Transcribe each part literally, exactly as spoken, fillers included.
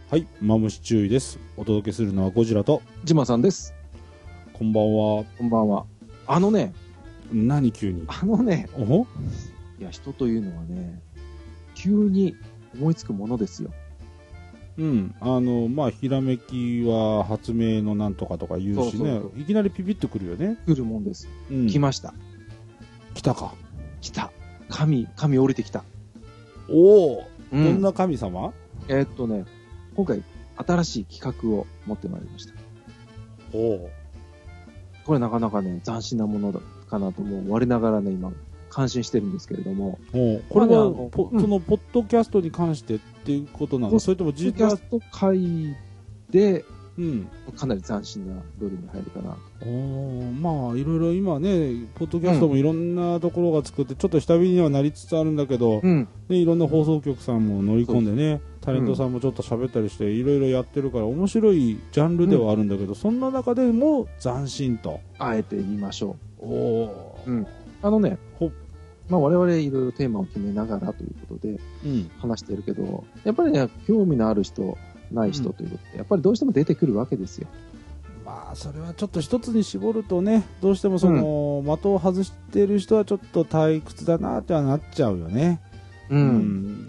はい、マムシ注意です。お届けするのはゴジラとジマさんです。 こんばんは。 こんばんは。あのね、 何急に？ あのね、 おほ？ いや、人というのはね、急に思いつくものですよ。 うん、あの、まあ、ひらめきは発明のなんとかとか言うしね、そうそうそう、いきなりピピッとくるよね。 来るもんです。うん、来ました。 来たか。 来た。神、神降りてきた。 おお、うん、どんな神様？ えー、っとね、今回新しい企画を持ってまいりました。 おお。 これなかなかね、斬新なものだかなともう我ながらね、今、感心してるんですけれども。 おこれは、まあね、その、ポッドキャストに関してっていうことなの、うん、それとも実は。 ポッドキャスト界で、 うん、 かなり斬新な部類に入るかなと。 おまあいろいろ今ね、ポッドキャストもいろんなところが作って、うん、ちょっと下火にはなりつつあるんだけど、うん、でいろんな放送局さんも乗り込んでね、タレントさんもちょっと喋ったりしていろいろやってるから面白いジャンルではあるんだけど、うん、そんな中でも斬新とあえて言いましょう。 おお、 うん、あのね、まあ、我々いろいろテーマを決めながらということで話してるけど、うん、やっぱりね、興味のある人ない人ということで、うん、やっぱりどうしても出てくるわけですよ。 まあそれはちょっと一つに絞るとね、どうしてもその、うん、的を外している人はちょっと退屈だなってはなっちゃうよね。 うん、うん、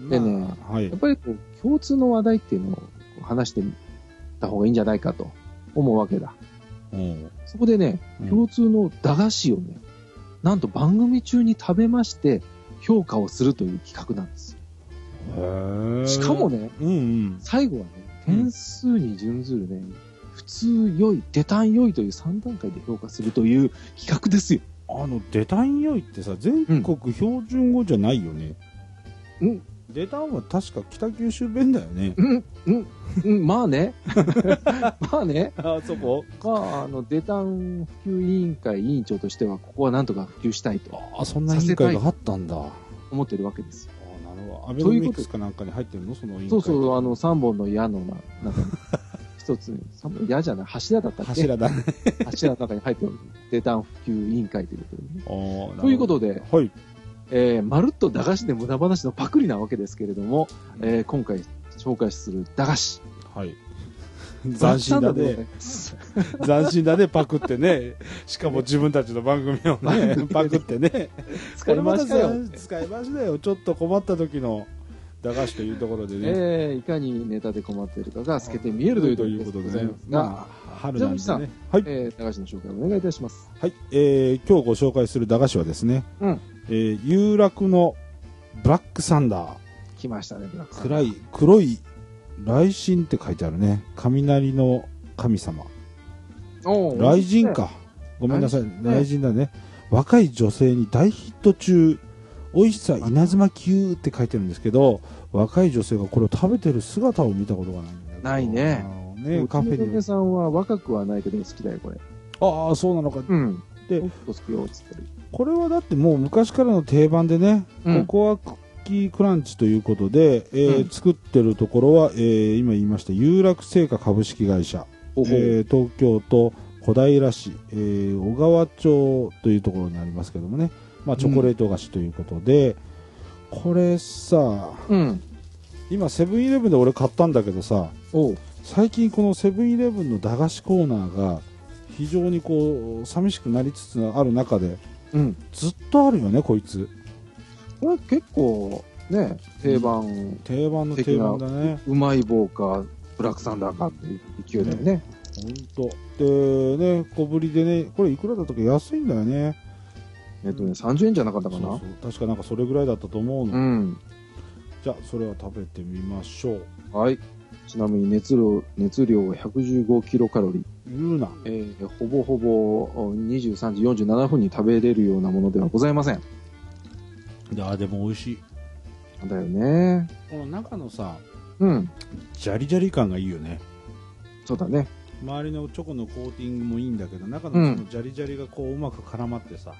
でね、まあはい、やっぱりこう共通の話題っていうのを話してみた方がいいんじゃないかと思うわけだ。うん、そこでね、共通の駄菓子をね、なんと番組中に食べまして評価をするという企画なんですよ。へしかもね、うんうん、最後はね、点数に準ずるね、うん、普通良い、デタン良いというさん段階で評価するという企画ですよ。 あの、デタン良いってさ、全国標準語じゃないよね。うん。デタンは確か北九州弁だよね。 うん、うん、うん、まあね。まあね。 あ、そこまあ、あの、デタン普及委員会委員長としては、ここはなんとか普及したいと。 あ、そんな委員会があったんだ。 思ってるわけですよ。 あ、なるほど。アベノミクスかなんかに入ってるのその委員会。 そうそう、あの、三本の矢の中に、一つに、三本矢じゃない、柱だったっけ？ 柱だね。 柱の中に入ってるデタン普及委員会ということでね。あということで、はい。えー、まるっと駄菓子で無駄話のパクリなわけですけれども、えー、今回紹介する駄菓子。 はい。斬新だね。斬新だね、パクってね。しかも自分たちの番組をね、パクってね。 使いましたよ。 使いましたよ。ちょっと困った時の駄菓子というところでね。 えー、いかにネタで困っているかが透けて見えるということでございますが、まあ、春なんでね。はい。えー、駄菓子の紹介をお願いいたします。 はい。えー、今日ご紹介する駄菓子はですね、うん。えー、有楽のブラックサンダー。 来ましたね、ブラックサンダー。 暗い、黒い雷神って書いてあるね。雷の神様。お雷神か。ごめんなさい。雷神だね。若い女性に大ヒット中。美味しさ稲妻級って書いてるんですけど、若い女性がこれを食べてる姿を見たことがないんだよ。 ないね。 ね、カフェに。 嫁さんは若くはないけど好きだよ、これ。 ああ、そうなのか。 うん。で、好きよ、つってる。 これはだってもう昔からの定番でね、うん、ココアクッキークランチということで、えーうん、作ってるところは、えー、今言いました有楽製菓株式会社、えー、東京都小平市、えー、小川町というところにありますけどもね、まあ、チョコレート菓子ということで、うん、これさ、うん、今セブンイレブンで俺買ったんだけどさ、最近このセブンイレブンの駄菓子コーナーが非常にこう寂しくなりつつある中で、うん、ずっとあるよね、こいつ。 これ結構ね、定番、うん、 定番の定番だね。 うまい棒かブラックサンダーかっていう勢いだよね。 ほんと。でね、小ぶりでね、これいくらだったか安いんだよね。 えっとね、さんじゅうえんじゃなかったかな。そうそう、確かなんかそれぐらいだったと思うの。うん、じゃあそれは食べてみましょう。はい。ちなみに熱量、熱量はひゃくじゅうごキロカロリー。 言うな。 えー、ほぼほぼにじゅうさんじよんじゅうななふんに食べれるようなものではございません。 いやでも美味しい。 だよね。 この中のさ、うん。ジャリジャリ感がいいよね。 そうだね。 周りのチョコのコーティングもいいんだけど、中のそのジャリジャリがこううまく絡まってさ。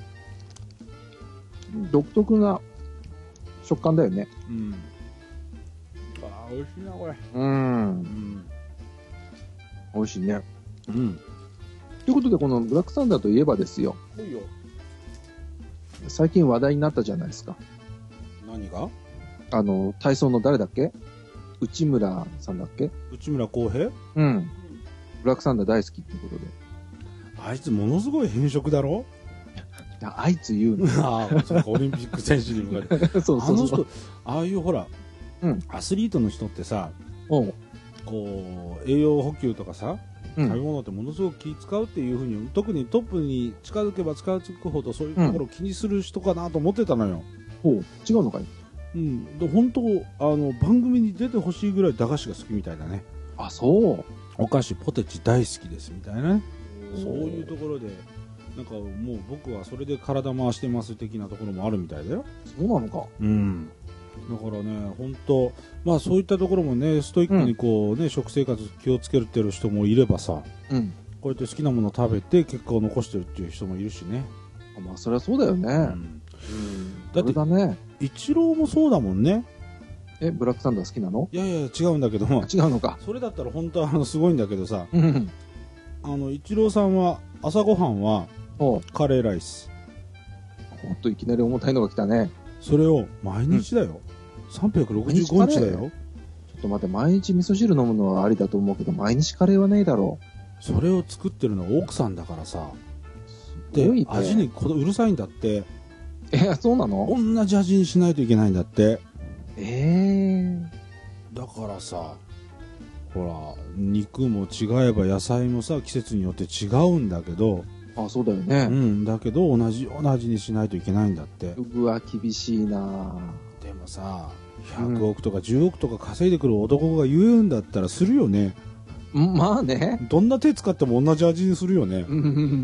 うん、独特な食感だよね。うん。 あー、美味しいなこれ。 うん。うん、美味しいね。うん。ということでこのブラックサンダーといえばですよ。いいよ。最近話題になったじゃないですか。 何が？ あの体操の誰だっけ？ 内村さんだっけ？ 内村航平？ うん。ブラックサンダー大好きっていうことで。 あいつものすごい変色だろ？ いや、あいつ言うの。 ああ、そうか、オリンピック選手に向かって。そうそうそう。あの人、ああいうほら、うん、アスリートの人ってさ、おうこう、栄養補給とかさ、うん、食べ物ってものすごく気使うっていうふうに、特にトップに近づけば近づくほどそういうところを気にする人かなと思ってたのよ。 ほう、違うのかい？ うん。で、本当、あの、番組に出てほしいぐらい駄菓子が好きみたいだね。 あ、そう。 お菓子、ポテチ大好きですみたいなね。そういうところで、なんかもう僕はそれで体回してます的なところもあるみたいだよ。 そうなのか。 うん。だからね、本当まあそういったところもね、ストイックにこうね、うん、食生活気をつけてる人もいればさ、うん、こうやって好きなものを食べて結果を残してるっていう人もいるしね。 あ、まあそりゃそうだよね。うん。うん、 だってだね。イチローもそうだもんね。 え、ブラックサンダー好きなの？ いやいや違うんだけども。 違うのか。 それだったら本当はあのすごいんだけどさ、うん、あのイチローさんは朝ごはんはカレーライス。 ほんといきなり重たいのが来たね。 それを毎日だよ。うん、さんびゃくろくじゅうごにちだよ。ちょっと待って、毎日味噌汁飲むのはありだと思うけど、毎日カレーはないだろう。それを作ってるのは奥さんだからさ。で、味にこうるさいんだって。 え、そうなの？ 同じ味にしないといけないんだって。 ええー。だからさ、ほら、肉も違えば野菜もさ、季節によって違うんだけど。 あ、そうだよね。 うん、だけど同じような味にしないといけないんだって。 うわ、厳しいな。 でもさ、ひゃくおくとかじゅうおくとか稼いでくる男が言うんだったらするよね。 まあね。 どんな手使っても同じ味にするよね。 うん、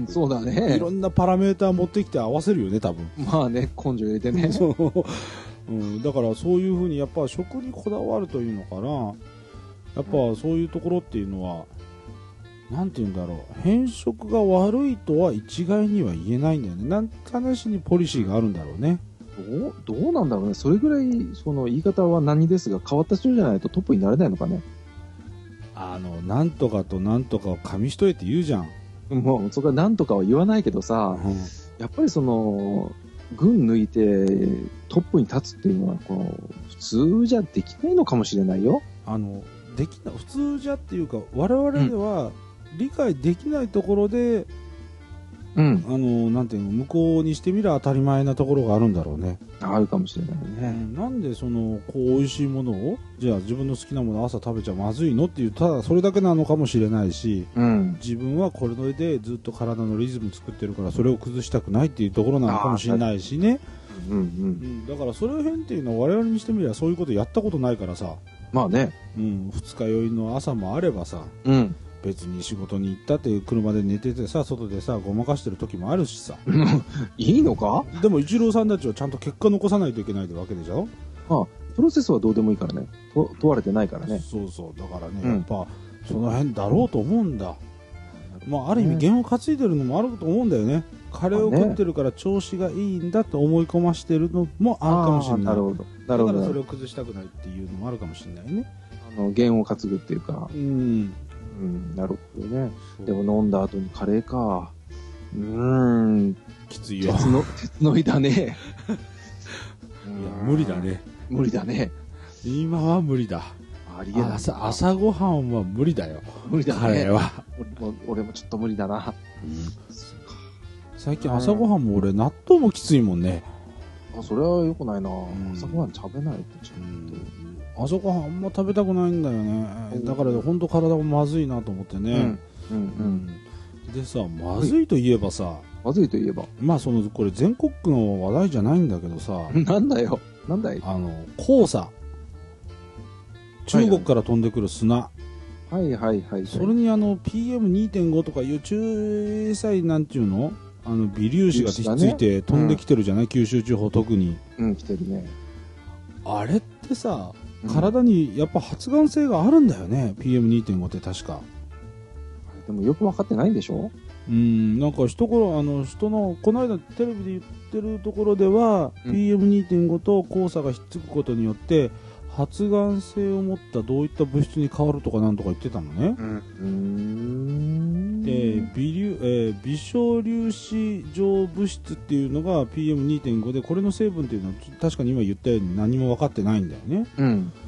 そうだね。 いろんなパラメーター持ってきて合わせるよね、多分。 まあね、根性入れてね。 そう。うん、だからそういうふうにやっぱ食にこだわるというのかな。やっぱそういうところっていうのは、なんて言うんだろう。変色が悪いとは一概には言えないんだよね。なんかなしにポリシーがあるんだろうね。 どう、どうなんだろうね。それぐらい、その言い方は何ですが、変わった人じゃないとトップになれないのかね。 あの、なんとかとなんとかを紙一重って言うじゃん。 もう、そこはなんとかは言わないけどさ、うん、やっぱりその、群抜いてトップに立つっていうのは、こう、普通じゃできないのかもしれないよ。 あの、できな、普通じゃっていうか、我々では理解できないところで、うん、あの、なんていうの、向こうにしてみれば当たり前なところがあるんだろうね。 あるかもしれないね。 うん、なんでその、こう、美味しいものを、じゃあ自分の好きなものを朝食べちゃまずいのっていう、ただそれだけなのかもしれないし、うん、自分はこれでずっと体のリズム作ってるから、それを崩したくないっていうところなのかもしれないしね。うんうんうん、だからその辺っていうのは我々にしてみればそういうことやったことないからさ。 まあね。 うん、二日酔いの朝もあればさ、うん、別に仕事に行ったって車で寝ててさ、外でさ、ごまかしてる時もあるしさ。 いいのか？ でもイチローさんたちはちゃんと結果残さないといけないわけでしょ？ ああ、プロセスはどうでもいいからね。と問われてないからね。 そうそう。だからね、うん、やっぱ、その辺だろうと思うんだ。まあ、ある意味、弦を担いでるのもあると思うんだよね。カレーを食ってるから調子がいいんだと思い込ましてるのもあるかもしれない。 なるほど。なるほど。 だからそれを崩したくないっていうのもあるかもしれないね。 あの、弦を担ぐっていうか。うん。うん、なるほどね。でも飲んだ後にカレーか。うーん。 きついよ。 鉄の、鉄のいだね。いや、 無理だね。 無理だね。 今は無理だ。ありえない。朝、朝ごはんは無理だよ。 無理だね。 カレーは。 俺も、俺もちょっと無理だな。うん、 最近朝ごはんも俺、納豆もきついもんね。 あ、それは良くないな。うん、朝ごはん食べないとちゃんと。 朝ごはんあんま食べたくないんだよね。だから本当体もまずいなと思ってね。うん。うんうん、でさ、まずいといえばさ。 まずいといえば。 まあその、これ全国区の話題じゃないんだけどさ。 なんだよ。なんだい？ あの、黄砂。中国から飛んでくる砂。 はいはいはい、はい。 それにあの ピーエムにてんご とかいう小さいなんていうのあの微粒子がひっついて飛んできてるじゃない、うん、九州地方特に。 うん、来てるね。 あれってさ、体にやっぱ発がん性があるんだよね、ピーエムにてんご って確か。 でもよく分かってないんでしょ？ うん、なんか一頃あの人のこの間テレビで言ってるところでは、うん、ピーエムにてんご と黄砂がひっつくことによって発がん性を持ったどういった物質に変わるとかなんとか言ってたのね。うん、うーんで微粒、えー、微小粒子状物質っていうのが ピーエムにてんご で、これの成分っていうのは確かに今言ったように何も分かってないんだよね。うん、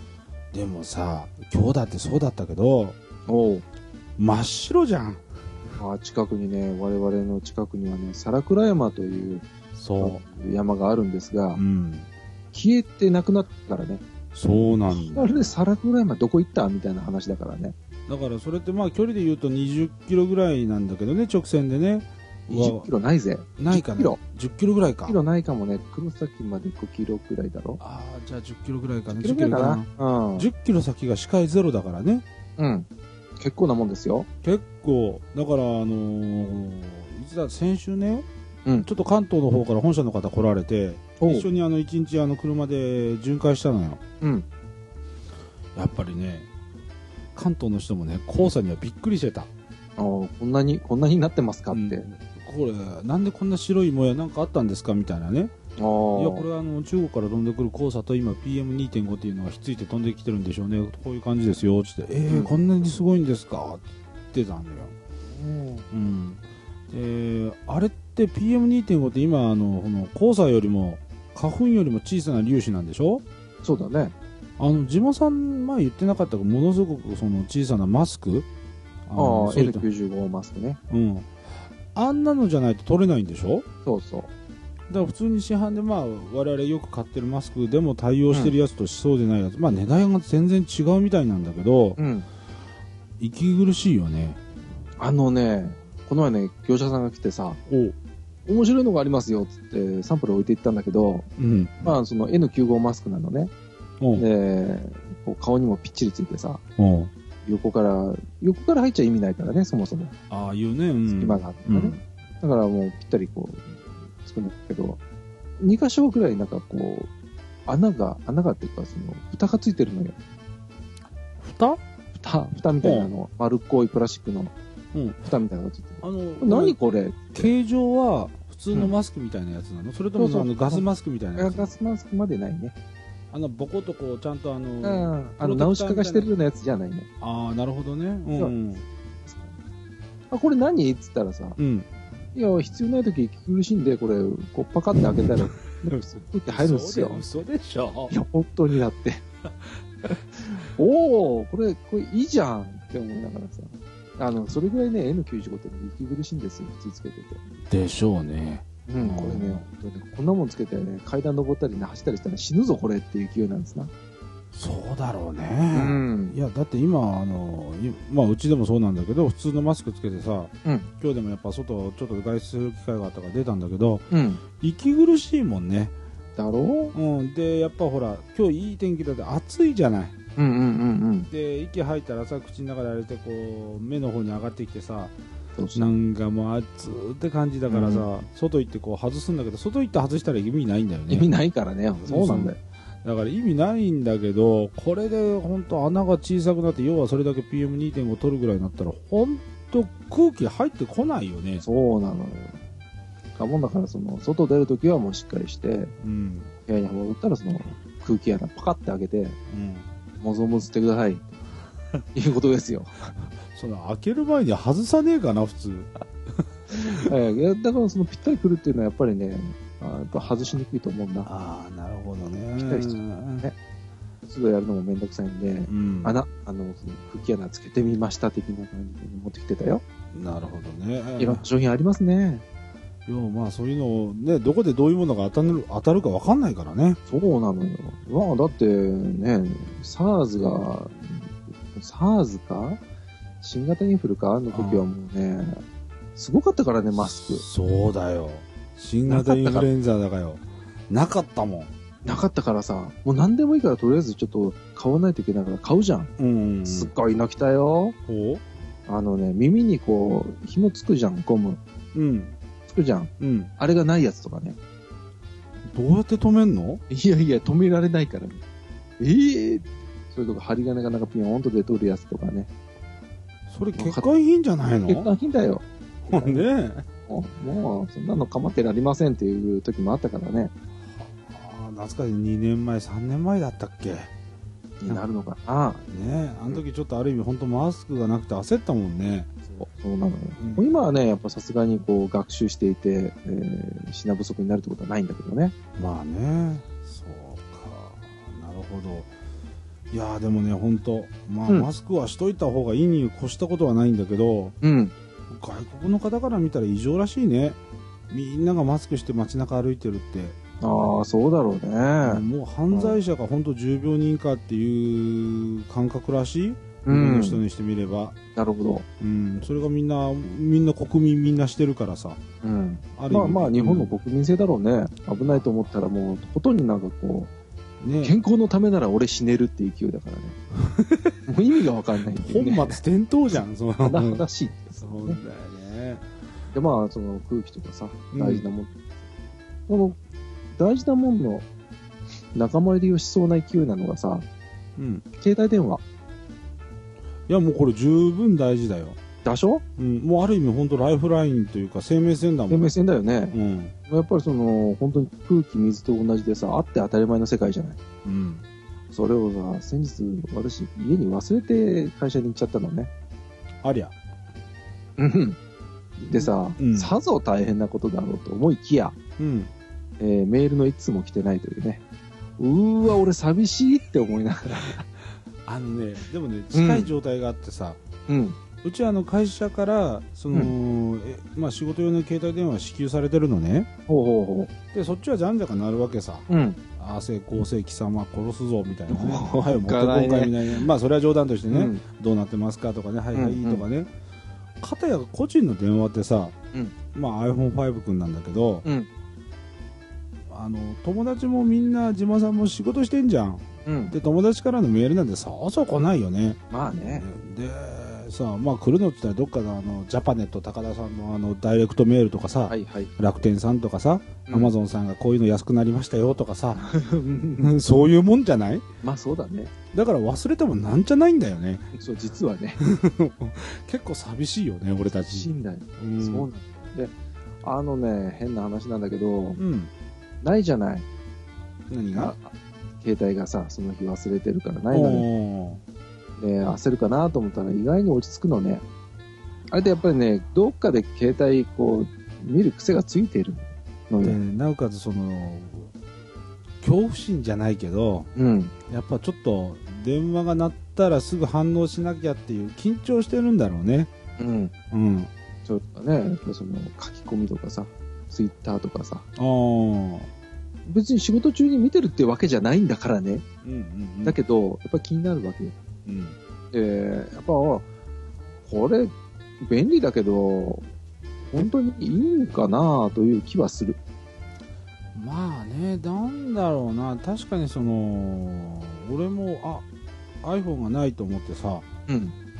でもさ、今日だってそうだったけど、 おう真っ白じゃん。 あ、近くにね、我々の近くにはね、皿倉山というそう山があるんですが、 うん、 消えてなくなったからね。 そうなんだ。 あれで皿倉山どこ行ったみたいな話だからね。 だからそれってまあ距離で言うとにじゅっキロぐらいなんだけどね、直線でね。 にじゅっキロないぜ。 ないかな。 じゅっキロ。 じゅっキロぐらいか。 じゅっキロないかもね。黒崎までごキロぐらいだろ。 ああ、じゃあじゅっキロぐらいかな。 じゅっキロぐらいかな。うん。 じゅっキロ先が視界ゼロだからね。 うん。結構なもんですよ。 結構。だからあのー、いつだ、先週ね、 うん、 ちょっと関東の方から本社の方来られて、一緒にあの一日あの車で巡回したのよ。 うん。 やっぱりね、関東の人もね、黄砂にはびっくりしてた。 ああ、こんなに、こんなになってますかって。うん、 これ、なんでこんな白いもやなんかあったんですかみたいなね。あいや、これはあの中国から飛んでくる黄砂と今 ピーエムにてんご っていうのがひっついて飛んできてるんでしょうね。こういう感じですよ。つって、えー、うん、こんなにすごいんですかって言ってたんだよ。うん。うん、あれって ピーエムにてんご って今あの、この黄砂よりも花粉よりも小さな粒子なんでしょ？ そうだね。 あの、地元さん前言ってなかったか、ものすごくその小さなマスク？ ああ、エヌきゅうじゅうご マスクね。 うん。あんなのじゃないと取れないんでしょ？ そうそう。 だから普通に市販でまあ我々よく買ってるマスクでも対応してるやつとそうでないやつ、うん、まあ値段が全然違うみたいなんだけど、うん、息苦しいよね。 あのね、この前ね、業者さんが来てさ、お面白いのがありますよっつってサンプル置いていったんだけど、うん、まあその エヌきゅうじゅうご マスクなのね。で、こう顔にもぴっちりついてさ、横から、横から入っちゃ意味ないからね、そもそも。 ああいうね、うん、 隙間があってね、うん。だからもうぴったりこう、つくんだけど、に箇所くらいなんかこう、穴が、穴がっていうか、その、蓋がついてるのよ。 蓋蓋蓋みたいなの、丸っこいプラスチックの、うん、蓋みたいなのがついてる。あの、何これ形状は普通のマスクみたいなやつなの、うん、それともあのガスマスクみたいなやつ？ ガスマスクまでないね。 あの、ボコッとこう、ちゃんとあの、 うん、あの、ナウシカがしてるようなやつじゃないね。 ああ、なるほどね。うん。 あ、これ何っつったらさ、うん。いや、必要ない時息苦しいんで、これ、こう、パカって開けたら、空気入るんですよ。 嘘でしょ？ いや、本当にだって。おお、これ、これいいじゃんって思いながらさ。あの、それぐらいね、エヌきゅうじゅうご って息苦しいんですよ、普通つけてて。 でしょうね。 うん、これね、本当にこんなもんつけてね、階段登ったりね、走ったりしたら死ぬぞ、これっていう勢いなんですな。 そうだろうね。 うん。 いや、だって今、あの、まあ、うちでもそうなんだけど、普通のマスクつけてさ、うん、今日でもやっぱ外、ちょっと外出する機会があったから出たんだけど、うん、息苦しいもんね。 だろう？ うん。で、やっぱほら、今日いい天気だって暑いじゃない。 うんうんうんうん。 で、息吐いたらさ、口の中であれて、こう、目の方に上がってきてさ、なんかもう暑ーって感じだからさ、うん、外行ってこう外すんだけど、外行って外したら意味ないんだよね。 意味ないからね。そうなんだよ。 だから意味ないんだけど、これで本当穴が小さくなって、要はそれだけ ピーエムにてんご 取るぐらいになったら、本当空気入ってこないよね。 そうなのよ。かもんだから、その、外出るときはもうしっかりして、うん、部屋に戻ったらその空気穴パカって開けて、うん、もぞもずってください。いうことですよ。 その開ける前に外さねえかな、普通。 いや、だからそのぴったりくるっていうのはやっぱりね、あやっぱ外しにくいと思うんだ。 ああ、なるほどね。 ぴったりしちゃうね。すぐやるのもめんどくさいんで、うん、穴、あの、その空気穴つけてみました的な感じで持ってきてたよ。 なるほどね。 いろんな商品ありますね。 いや、まあそういうのをね、どこでどういうものが当たる、当たるかわかんないからね。 そうなのよ。まあだってね、SARS が、SARS か新型インフルかの時はもうね、すごかったからね、マスク。 そうだよ。新型インフルエンザだからよ。なかったもん。 なかったからさ、もう何でもいいからとりあえずちょっと買わないといけないから買うじゃん。うん。すっごいの来たよ。おあのね、耳にこう、紐つくじゃん、ゴム。うん。つくじゃん。うん。あれがないやつとかね。 どうやって止めんの？ いやいや、止められないからね。ええー、それとか針金がなんかピヨーンと出とるやつとかね。 それ欠陥品じゃないの？ 欠陥品だよ。 ねえ。 もう、もうそんなの構ってられませんっていう時もあったからね。 ああ、懐かしい。にねんまえ、さんねんまえだったっけになるのかな。 ねえ、あの時ちょっとある意味本当マスクがなくて焦ったもんね。 そう、そうなのよ。うん、今はね、やっぱさすがにこう学習していて、えー、品不足になるってことはないんだけどね。 まあね。そうか。なるほど。 いやーでもね、ほんと、まあ、 うんマスクはしといた方がいいに越したことはないんだけど、 うん。 外国の方から見たら異常らしいね。みんながマスクして街中歩いてるって。 ああ、そうだろうね。 もう犯罪者がほんとじゅうびょうにん以下っていう感覚らしい、 う日本のん。 人にしてみれば。 なるほど。 うん、それがみんな、みんな国民みんなしてるからさ。 うん。 ある意味まあまあ、日本の国民性だろうね。危ないと思ったらもう、ほとんどなんかこう、 ね、 健康のためなら俺死ねるって勢いだからね。もう意味がわかんないっていうね。 本末転倒じゃん、その。 正しいってやつだね。 そうだよね。 で、まあ、その空気とかさ、 うん大事なもん。この、大事なもんの仲間入りをしそうな勢いなのがさ、 うん。 携帯電話。 いや、もうこれ十分大事だよ。 でしょ？ うん。もうある意味本当ライフラインというか生命線だもん。 生命線だよね。 うん。 やっぱりその、本当に空気、水と同じでさ、あって当たり前の世界じゃない。 うん。 それをさ、先日、私、家に忘れて会社に行っちゃったのね。 ありゃ。 うん。でさ、 うん、 さぞ大変なことだろうと思いきや、 うん。 えー、メールの一通も来てないというね。うーわ、俺寂しいって思いながら。 あのね、でもね、近い状態があってさ、 うん。 うちはあの会社から、その、うん、えまあ仕事用の携帯電話支給されてるのね。 ほうほうほう。で、そっちはじゃんじゃかなるわけさ。 うん。 あせこうせ貴様殺すぞみたいなね。 おはい、持ってこんかいみたいな。まあそれは冗談としてね、うん、どうなってますかとかね、はいはいとかね。かたや個人の電話ってさ、うん、まあ アイフォンファイブ 君なんだけど、うん、あの友達もみんな島さんも仕事してんじゃん。うん、で友達からのメールなんてそうそう来ないよね。 まあね。 でさ、まあ来るのって言ったらどっかのあのジャパネット高田さんのあのダイレクトメールとかさ、はいはい、楽天さんとかさ、うん、アマゾンさんがこういうの安くなりましたよとかさそういうもんじゃない？ まあそうだね。 だから忘れてもなんじゃないんだよね。 そう実はね結構寂しいよね俺たち。 寂しいんだよ、うん、そうなんだよ。であのね変な話なんだけど、うん、ないじゃない。 何が？ 携帯がさその日忘れてるからないのよ。で焦るかなと思ったら意外に落ち着くのね。あれでやっぱりねどっかで携帯こう見る癖がついているので、なおかつその恐怖心じゃないけど、うん、やっぱちょっと電話が鳴ったらすぐ反応しなきゃっていう緊張してるんだろうね。うんうん。ちょっとねやっぱその書き込みとかさツイッターとかさ。ああ。別に仕事中に見てるってわけじゃないんだからね。うんうんうん、だけど、やっぱ気になるわけよ。うん、で、やっぱ、これ、便利だけど、本当にいいんかなという気はする。 まあね、なんだろうな。確かにその、俺も、あ、iPhone がないと思ってさ、うん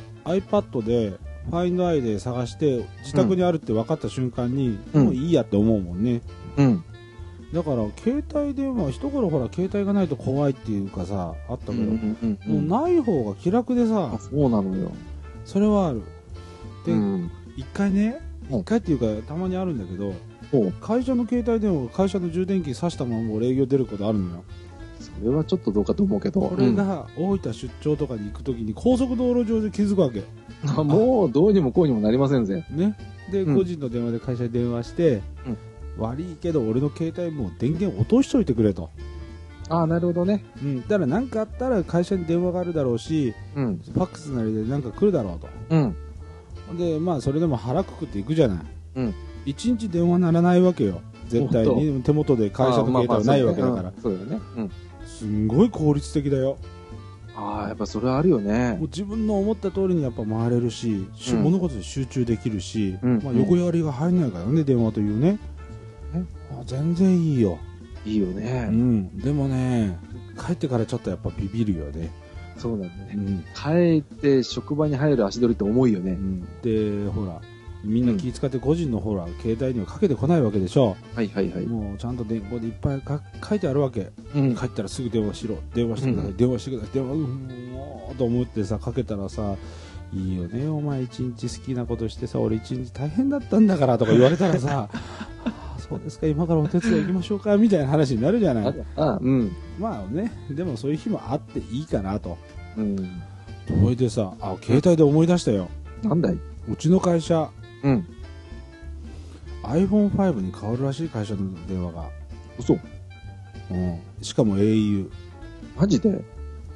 、iPad で、Findアイ で探して、自宅にあるって分かった瞬間に、うん、もういいやって思うもんね。うんだから携帯電話一頃ほら携帯がないと怖いっていうかさあったけど、うんうんうんうん、もうない方が気楽でさ。 そうなのよ。 それはある。で、うん、一回ね一回っていうかたまにあるんだけど、会社の携帯電話を会社の充電器挿したまま俺営業出ることあるのよ。 それはちょっとどうかと思うけど、 これが大分出張とかに行くときに高速道路上で気づくわけ。 あもうどうにもこうにもなりませんぜ。 ね。で、うん、個人の電話で会社に電話して、うん悪いけど俺の携帯もう電源落としといてくれと。 ああなるほどね。 うん。だから何かあったら会社に電話があるだろうし、うん、ファックスなりで何か来るだろうと。うん。でまあそれでも腹くくっていくじゃない。うん。一日電話鳴らないわけよ。絶対に手元で会社の携帯はないわけだから。 そうだよね。うん。 すんごい効率的だよ。 ああやっぱそれはあるよね。 もう自分の思った通りにやっぱ回れるし、うん、物事に集中できるし、うん、まあ横やりが入んないからね電話というね。全然いいよ。 いいよね。 うん。でもね、帰ってからちょっとやっぱビビるよね。 そうなんだね。うん、帰って職場に入る足取りって重いよね。うん、 で、ほら、みんな気遣って個人のほら、携帯にはかけてこないわけでしょ。 はいはいはい。 もうちゃんと電話でいっぱいか書いてあるわけ。うん、帰ったらすぐ電話しろ。電話してください。うん、電話してください。電話、うん、もうと思ってさ、かけたらさ、いいよね。お前一日好きなことしてさ、俺一日大変だったんだからとか言われたらさ、そうですか今からお手伝い行きましょうかみたいな話になるじゃない。ああ、うん、まあねでもそういう日もあっていいかなと。うん。それでさあ携帯で思い出したよ。 なんだい。 うちの会社、うん、アイフォンファイブ に変わるらしい会社の電話が。 嘘。 うん。しかも エーユー。 マジで。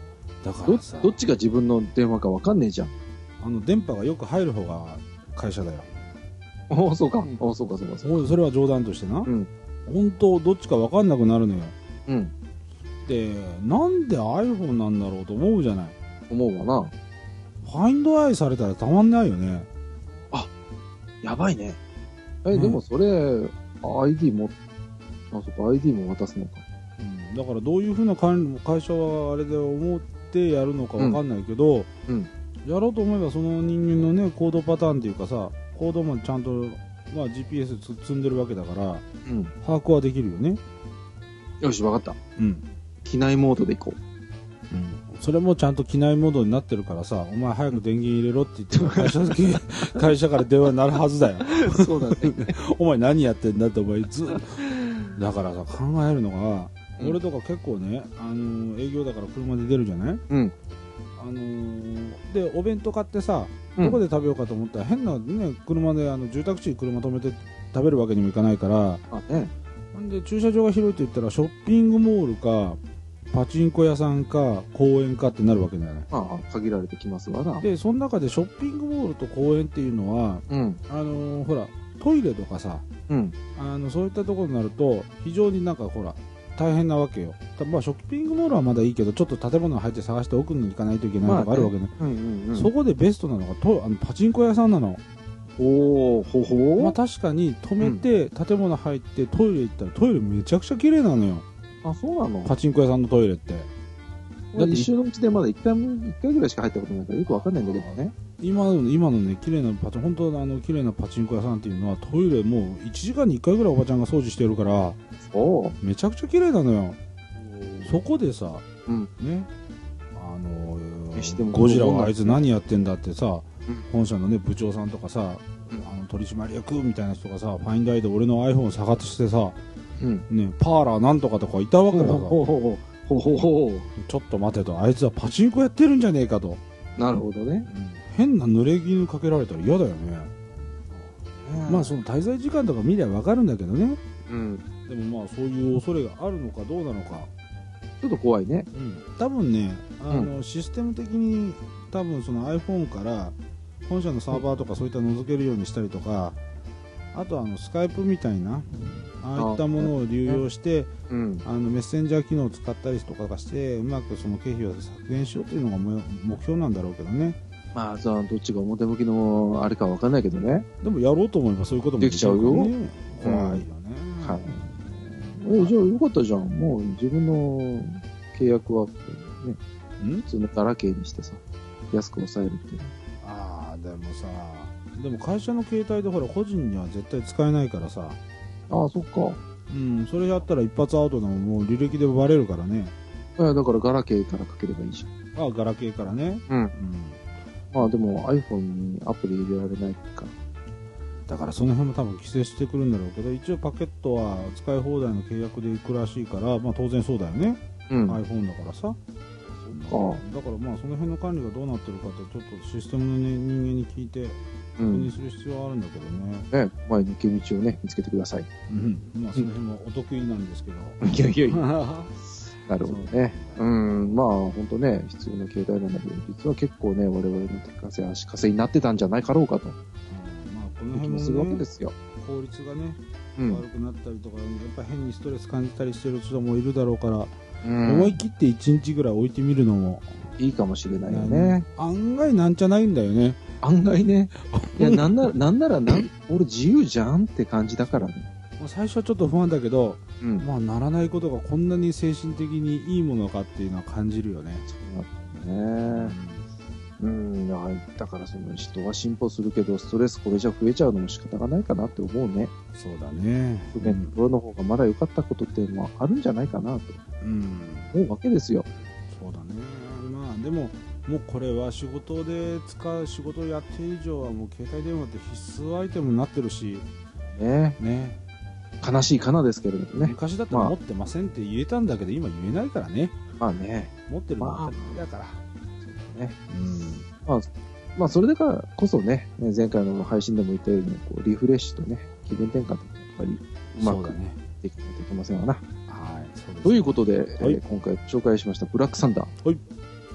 だからさ ど, どっちが自分の電話か分かんねえじゃん。 あの電波がよく入る方が会社だよ。 おおそうか、おおそうかそうかそうか。 それは冗談としてな、うん、本当どっちか分かんなくなるのよ。うんでなんで iPhone なんだろうと思うじゃない。 思うわな。 ファインドアイされたらたまんないよね。 あやばいね。え、ね、でもそれ アイディー もあそこ アイディー も渡すのか、 うん、だからどういうふうな会社はあれで思ってやるのか分かんないけど、うんうん、やろうと思えばその人間のね行動パターンっていうかさ行動もちゃんと、まあ、ジーピーエス つ積んでるわけだから、うん、把握はできるよね。 よし分かった、うん、機内モードでいこう、 うん、それもちゃんと機内モードになってるからさお前早く電源入れろって言って会社会社から電話になるはずだよそうだねお前何やってんだってお前ずだからさ考えるのが、うん、俺とか結構ね、あのー、営業だから車で出るじゃない、うんあのー、でお弁当買ってさどこで食べようかと思ったら、うん、変な、ね、車であの住宅地に車止めて食べるわけにもいかないからあ、ね、なんで駐車場が広いと言ったらショッピングモールかパチンコ屋さんか公園かってなるわけだよね。 ああ限られてきますわな。 でその中でショッピングモールと公園っていうのは、うん、あのー、ほらトイレとかさ、うん、あのそういったところになると非常になんかほら大変なわけよ。まあショッピングモールはまだいいけどちょっと建物に入って探して奥に行かないといけないとかあるわけね、まあねうんうんうん、そこでベストなのがとあのパチンコ屋さんなの。 おおほほまあ確かに止めて、うん、建物入ってトイレ行ったらトイレめちゃくちゃ綺麗なのよ。 あそうなの。 パチンコ屋さんのトイレってだって一周のうちでまだ一回も一回ぐらいしか入ったことないからよくわかんないんだけどね。 今の今のね綺麗なパチン本当あの綺麗なパチンコ屋さんっていうのはトイレもういちじかんにいっかいぐらいおばちゃんが掃除してるからそうめちゃくちゃ綺麗なのよ。そこでさ、うん、ねあのゴジラはあいつ何やってんだってさ、うん、本社のね部長さんとかさ、うん、あの取締役みたいな人がさファインダイで俺の iPhone を探してさ、うんね、パーラーなんとかとかいたわけだからほうほうほうほうほうほうちょっと待てとあいつはパチンコやってるんじゃねえかと。 なるほどね、 うん、変な濡れ衣かけられたら嫌だよね、うん、まあその滞在時間とか見りゃ分かるんだけどね、うん、でもまあそういう恐れがあるのかどうなのかちょっと怖いね、 うん、多分ねあの、うん、システム的に多分その iPhone から本社のサーバーとかそういった覗けるようにしたりとかあとあのスカイプみたいなああいったものを流用して、うん、あのメッセンジャー機能を使ったりとかしてうまくその経費を削減しようというのが目標なんだろうけどね。 まあさどっちが表向きのあれか分かんないけどね。 でもやろうと思えばそういうこともできちゃうよ。怖いよね、うん、はい。 えじゃあよかったじゃん。もう自分の契約は、ね、普通のガラケーにしてさ安く抑えるっていう。 ああでもさでも会社の携帯でほら個人には絶対使えないからさ。 ああそっか。 うんそれやったら一発アウトでももう履歴でバレるからね。 だからガラケーからかければいいじゃん。ああガラケーからね。うん。うん、 まあでも iPhone にアプリ入れられないから。 だからその辺も多分規制してくるんだろうけど一応パケットは使い放題の契約でいくらしいからまあ当然そうだよね。うん、iPhone だからさ。そっか。だからまあその辺の管理がどうなってるかってちょっとシステムの、ね、人間に聞いて確認する必要はあるんだけどね。 ね、前抜け道をね見つけてください。 うん。まあその辺もお得意なんですけど。 いやいやいや。なるほどね。うん、まあ本当ね必要な携帯なんだけど実は結構ね我々の手稼足かせになってたんじゃないかろうかと。うん、まあこの辺も、ね、するわけですよ。 効率がね、うん、悪くなったりとかやっぱ変にストレス感じたりしてる人もいるだろうから、うん、思い切っていちにちぐらい置いてみるのもいいかもしれないよね。 案外なんじゃないんだよね。 案外ね。いやなんならなんならなん俺自由じゃんって感じだからね。 最初はちょっと不安だけど、うん、まあならないことがこんなに精神的にいいものかっていうのは感じるよね。 そうだね。うん、だからその人は進歩するけどストレスこれじゃ増えちゃうのも仕方がないかなって思うね。 そうだね。 不便なところの方がまだ良かったことっていうのはあるんじゃないかなと、うん、思うわけですよ。 そうだね。まあでももうこれは仕事で使う仕事をやってる以上はもう携帯電話って必須アイテムになってるしね。 ね。 悲しいかなですけれどもね。 昔だったら持ってませんって言えたんだけど、まあ、今言えないからね。 まあね。 持ってるのは当たり前だから。 そうだね。うん。まあ、まあ、それだからこそね、前回の配信でも言ったように、こうリフレッシュとね、気分転換とかやっぱりうまくできないといけませんわな。はい。そうですね。ということで、はい、えー、今回紹介しましたブラックサンダー。はい。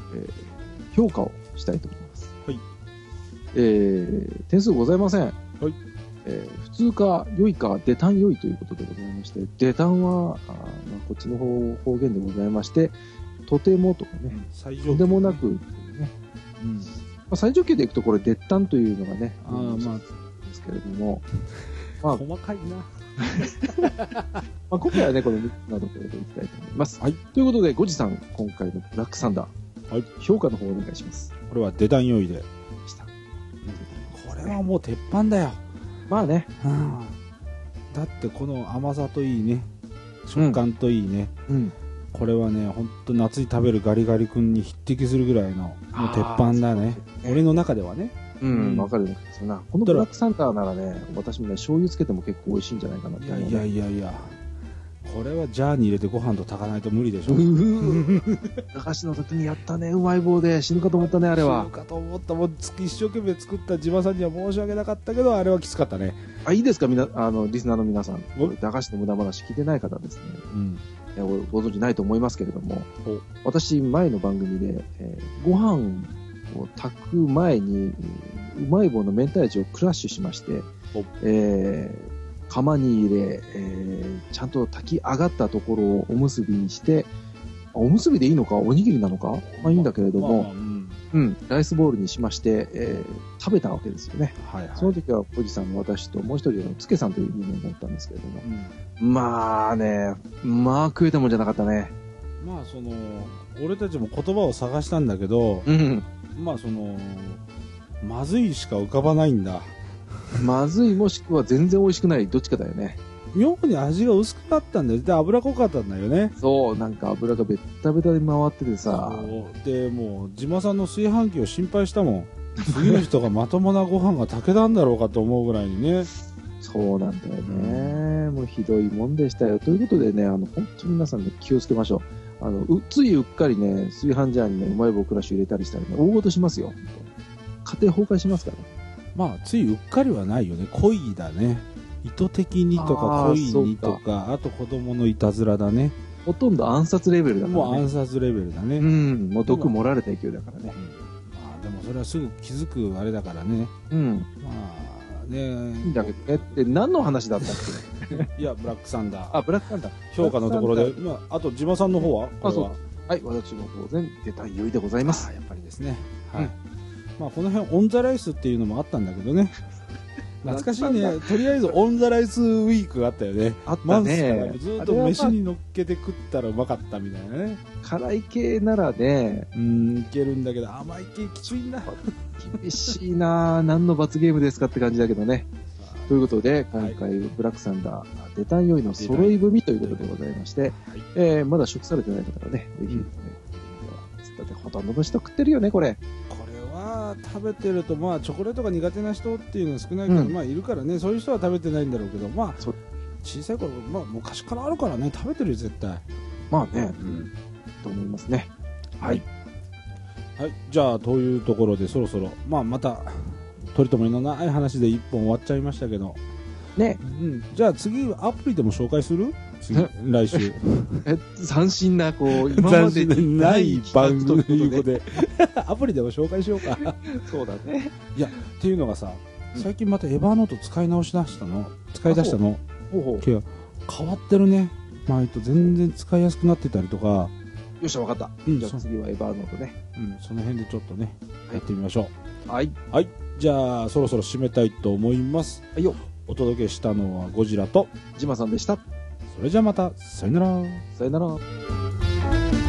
えー、評価をしたいと思います。 はい。 えー、点数ございません。はい。えー、普通か良いか出単良いということでございまして、出単は、あまあ、こっちの方方言でございまして、とてもとかね、 最上級とんでもなくというね、うんまあ、最上級でいくとこれ、出単というのがね、 あまあ、 ですけれども、 まあ、細かいな。 まあ今回はね、このみっつのところでいきたいと思います。はい。ということで、ゴジさん、今回のブラックサンダー、はい、評価の方をお願いします。 これは出単良いでした。これはもう鉄板だよ。 まあね。 うん、だってこの甘さといいね、食感といいね。うんうん、これはね、ほんと夏に食べるガリガリ君に匹敵するぐらいの、もう鉄板だね。俺の中ではね。 うん、わ、うん、かるんですよな。このブラックサンダーならね、私もね、醤油つけても結構美味しいんじゃないかなって、ね。 いやいやいやいや、これはジャーに入れてご飯と炊かないと無理でしょ。 駄菓子の時にやったね、うまい棒で死ぬかと思ったね、あれは。 死ぬかと思った。もう一生懸命作った地場さんには申し訳なかったけど、あれはきつかったね。 あ、いいですか、みな、あの、リスナーの皆さん。駄菓子の無駄話聞いてない方ですね。うん。ご存知ないと思いますけれども、私、前の番組で、えー、ご飯を炊く前に、うまい棒の明太味をクラッシュしまして、えー、釜に入れ、えー、ちゃんと炊き上がったところをおむすびにして、おむすびでいいのかおにぎりなのかまあいいんだけれども、まあまあうん、うん、ライスボールにしまして、えー、食べたわけですよね。はいはい、その時はおじさんの私ともう一人のつけさんという人間がおったんですけれども、うん、まあね、まあ食えたもんじゃなかったね。 まあその、俺たちも言葉を探したんだけど、うん、まあその、まずいしか浮かばないんだ。 まずいもしくは全然美味しくない、どっちかだよね。 妙に味が薄くなったんだよ。で、脂濃かったんだよね。 そう、なんか油がベッタベタで回っててさ。 で、もう、島さんの炊飯器を心配したもん。次の人がまともなご飯が炊けたんだろうかと思うぐらいにね。 そうなんだよね。もうひどいもんでしたよ。ということでね、あの、本当に皆さんね、気をつけましょう。あの、うついうっかりね、炊飯ジャーにね、うまい棒クラッシュ入れたりしたらね、大ごとしますよ。家庭崩壊しますからね。 まあ、ついうっかりはないよね。恋だね。意図的にとか恋にとか、あと子供のいたずらだね。 ほとんど暗殺レベルだからね。 もう暗殺レベルだね。 うん。もう毒盛られた勢いだからね。 まあでもそれはすぐ気づくあれだからね。うん。まあね。いいんだけどね。って何の話だったっけいや、ブラックサンダー。 あ、ブラックサンダー。 評価のところで。まあ、あと、島さんの方はあ、そう。はい、私も当然出たいよいでございます。 あ、やっぱりですね。はい。まあこの辺オンザライスっていうのもあったんだけどね。懐かしいね。とりあえずオンザライスウィークがあったよね。 あったね。 ずっと飯に乗っけて食ったらうまかったみたいなね。 辛い系ならね、 うん、いけるんだけど甘い系きついんだ。 厳しいな。何の罰ゲームですかって感じだけどね。ということで、今回、ブラックサンダー、出たんよいの揃い踏みということでございまして、はい、えー、まだ食されてない方はね、ぜひ、ね、だってほとんどの人食ってるよね、これ。 これは食べてると、まあ、チョコレートが苦手な人っていうのは少ないから、うん、まあ、いるからね、そういう人は食べてないんだろうけど、まあ、小さい頃、まあ、昔からあるからね、食べてるよ、絶対。 まあね、うん、と思いますね。はい。 はい、じゃあ、というところで、そろそろ、まあ、また、取り留めのない話で一本終わっちゃいましたけど。 ね。 うん。じゃあ次、アプリでも紹介する次、来週。 え、斬新な、こう、今までにない番組で、アプリでも紹介しようか。 そうだね。 いや、っていうのがさ、最近またエヴァーノート使い直し出したの。使い出したの。ほうほう。変わってるね。前と全然使いやすくなってたりとか。よっしゃ、わかった。うん。じゃあ次はエヴァーノートね。 うん、その辺でちょっとね、やってみましょう。はい。 はい。じゃあ、そろそろ締めたいと思います。 はいよ。 お届けしたのはゴジラとジマさんでした。 それじゃあまた、さよなら。 さよなら。